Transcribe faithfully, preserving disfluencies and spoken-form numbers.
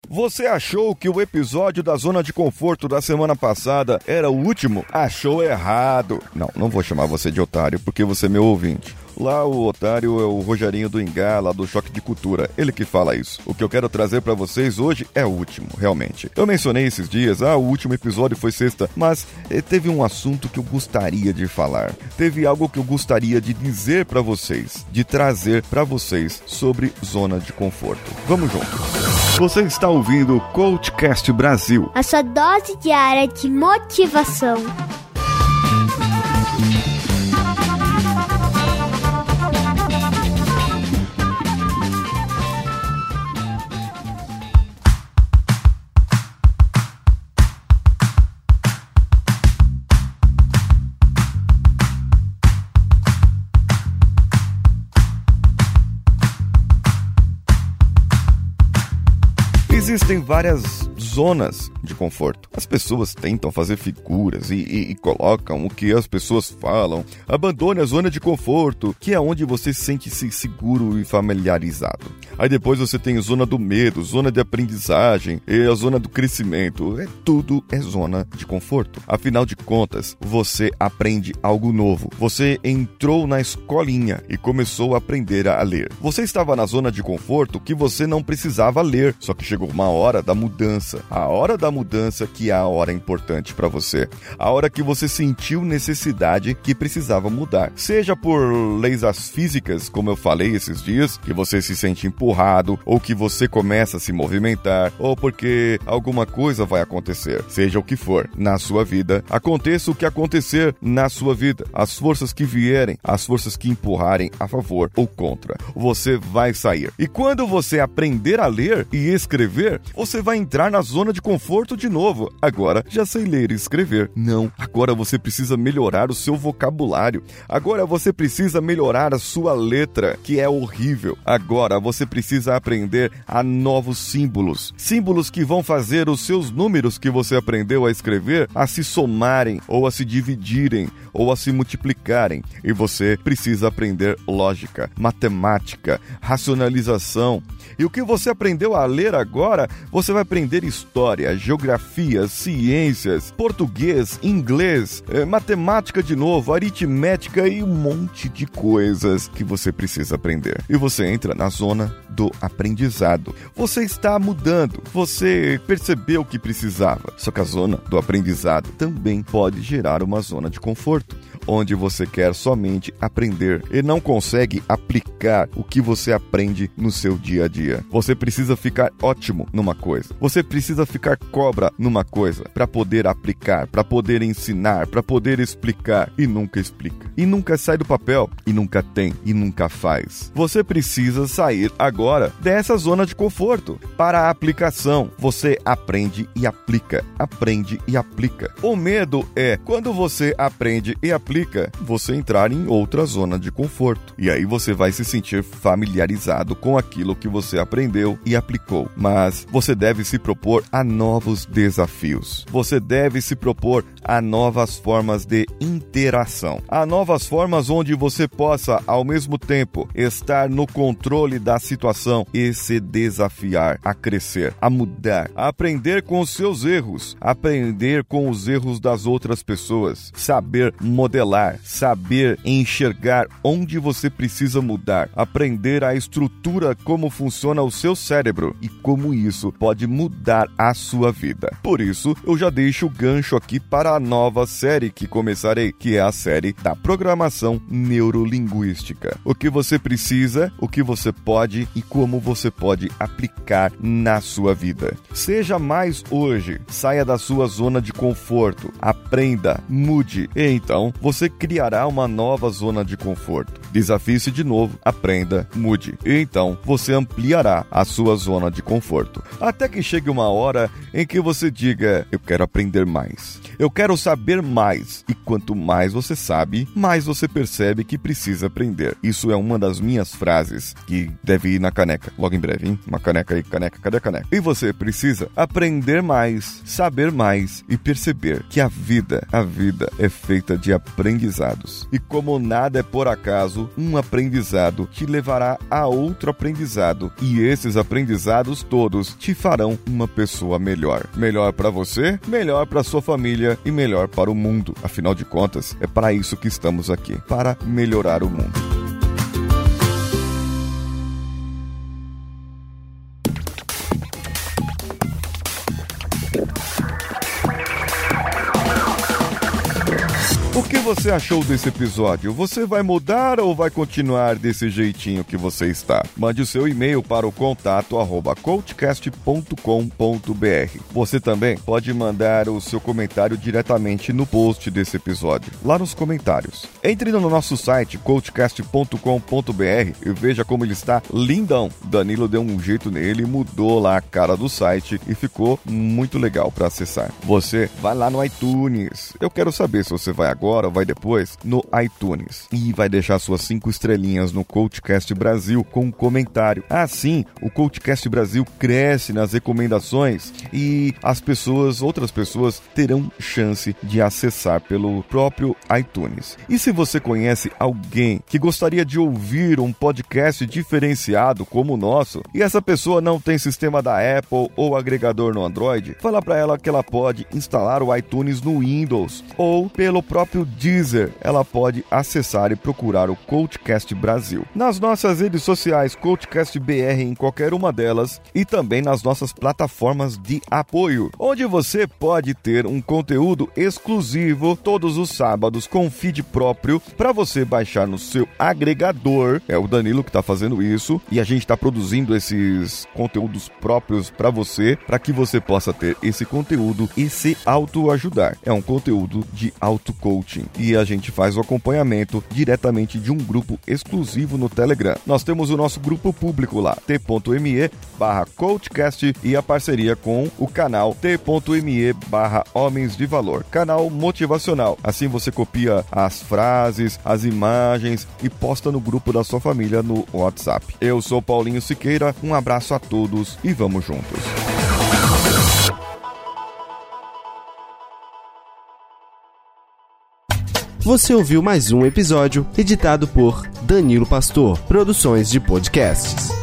Você achou que o episódio da Zona de Conforto da semana passada era o último? Achou errado. Não, não vou chamar você de otário porque você é meu ouvinte. Lá o otário é o Rogerinho do Ingá, lá do Choque de Cultura. Ele que fala isso. O que eu quero trazer pra vocês hoje é o último, realmente. Eu mencionei esses dias, ah, o último episódio foi sexta, mas eh, teve um assunto que eu gostaria de falar. Teve algo que eu gostaria de dizer pra vocês, de trazer pra vocês sobre zona de conforto. Vamos junto. Você está ouvindo o CoachCast Brasil. A sua dose diária de motivação. Existem várias zonas de conforto. As pessoas tentam fazer figuras e, e, e colocam o que as pessoas falam. Abandone a zona de conforto, que é onde você se sente -se seguro e familiarizado. Aí depois você tem a zona do medo, zona de aprendizagem e a zona do crescimento. É, tudo é zona de conforto. Afinal de contas, você aprende algo novo. Você entrou na escolinha e começou a aprender a ler. Você estava na zona de conforto que você não precisava ler, só que chegou uma hora da mudança. A hora da mudança que é a hora importante para você. A hora que você sentiu necessidade que precisava mudar. Seja por leis das físicas, como eu falei esses dias, que você se sente empurrado, ou que você começa a se movimentar, ou porque alguma coisa vai acontecer. Seja o que for na sua vida, aconteça o que acontecer na sua vida. As forças que vierem, as forças que empurrarem a favor ou contra, você vai sair. E quando você aprender a ler e escrever, você vai entrar na zona de conforto de novo. Agora já sei ler e escrever. Não, agora você precisa melhorar o seu vocabulário. Agora você precisa melhorar a sua letra, que é horrível. Agora você precisa aprender a novos símbolos. Símbolos que vão fazer os seus números que você aprendeu a escrever a se somarem, ou a se dividirem, ou a se multiplicarem. E você precisa aprender lógica, matemática, racionalização. E o que você aprendeu a ler agora, você vai aprender história, geografia, ciências, português, inglês, eh, matemática de novo, aritmética e um monte de coisas que você precisa aprender. E você entra na zona do aprendizado. Você está mudando, você percebeu que precisava. Só que a zona do aprendizado também pode gerar uma zona de conforto, onde você quer somente aprender e não consegue aplicar o que você aprende no seu dia a dia. Você precisa ficar ótimo numa coisa. Você precisa ficar cobra numa coisa para poder aplicar, para poder ensinar, para poder explicar e nunca explica. E nunca sai do papel, e nunca tem, e nunca faz. Você precisa sair agora dessa zona de conforto para a aplicação. Você aprende e aplica, aprende e aplica. O medo é quando você aprende e aplica, você entrar em outra zona de conforto. E aí você vai se sentir familiarizado com aquilo que você aprendeu e aplicou. Mas você deve se propor a novos desafios. Você deve se propor a novas formas de interação. A novas formas onde você possa, ao mesmo tempo, estar no controle da situação e se desafiar a crescer, a mudar, a aprender com os seus erros, aprender com os erros das outras pessoas, saber modelar, saber enxergar onde você precisa mudar, aprender a estrutura como funciona o seu cérebro e como isso pode mudar a sua vida. Por isso, eu já deixo o gancho aqui para a nova série que começarei, que é a série da programação neurolinguística. O que você precisa, o que você pode e como você pode aplicar na sua vida. Seja mais hoje, saia da sua zona de conforto, aprenda, mude e então você criará uma nova zona de conforto. Desafie-se de novo, aprenda, mude e então você ampliará a sua zona de conforto. Até que chegue uma hora em que você diga, eu quero aprender mais. Eu quero saber mais. E quanto mais você sabe, mais você percebe que precisa aprender. Isso é uma das minhas frases que deve ir na caneca. Logo em breve, hein? Uma caneca aí, caneca, cadê a caneca? E você precisa aprender mais, saber mais e perceber que a vida, a vida é feita de aprendizagem. aprendizados. E como nada é por acaso, um aprendizado te levará a outro aprendizado. E esses aprendizados todos te farão uma pessoa melhor. Melhor para você, melhor para sua família e melhor para o mundo. Afinal de contas, é para isso que estamos aqui, para melhorar o mundo. O que você achou desse episódio? Você vai mudar ou vai continuar desse jeitinho que você está? Mande o seu e-mail para o contato arroba coachcast ponto com ponto b r. Você também pode mandar o seu comentário diretamente no post desse episódio, lá nos comentários. Entre no nosso site coachcast ponto com ponto b r e veja como ele está lindão. Danilo deu um jeito nele, mudou lá a cara do site e ficou muito legal para acessar. Você vai lá no iTunes. Eu quero saber se você vai agora ou vai depois no iTunes e vai deixar suas cinco estrelinhas no CoachCast Brasil com um comentário. Assim, o CoachCast Brasil cresce nas recomendações e as pessoas, outras pessoas, terão chance de acessar pelo próprio iTunes. E se você conhece alguém que gostaria de ouvir um podcast diferenciado como o nosso e essa pessoa não tem sistema da Apple ou agregador no Android, fala para ela que ela pode instalar o iTunes no Windows ou pelo próprio Deezer, ela pode acessar e procurar o CoachCast Brasil. Nas nossas redes sociais, CoachCast B R em qualquer uma delas e também nas nossas plataformas de apoio, onde você pode ter um conteúdo exclusivo todos os sábados com feed próprio para você baixar no seu agregador. É o Danilo que está fazendo isso e a gente está produzindo esses conteúdos próprios para você, para que você possa ter esse conteúdo e se autoajudar. É um conteúdo de auto-coaching. E a gente faz o acompanhamento diretamente de um grupo exclusivo no Telegram. Nós temos o nosso grupo público lá, t.me barra coachcast e a parceria com o canal t.me barra homens de valor, canal motivacional. Assim você copia as frases, as imagens e posta no grupo da sua família no WhatsApp. Eu sou Paulinho Siqueira, um abraço a todos e vamos juntos. Você ouviu mais um episódio editado por Danilo Pastor, Produções de Podcasts.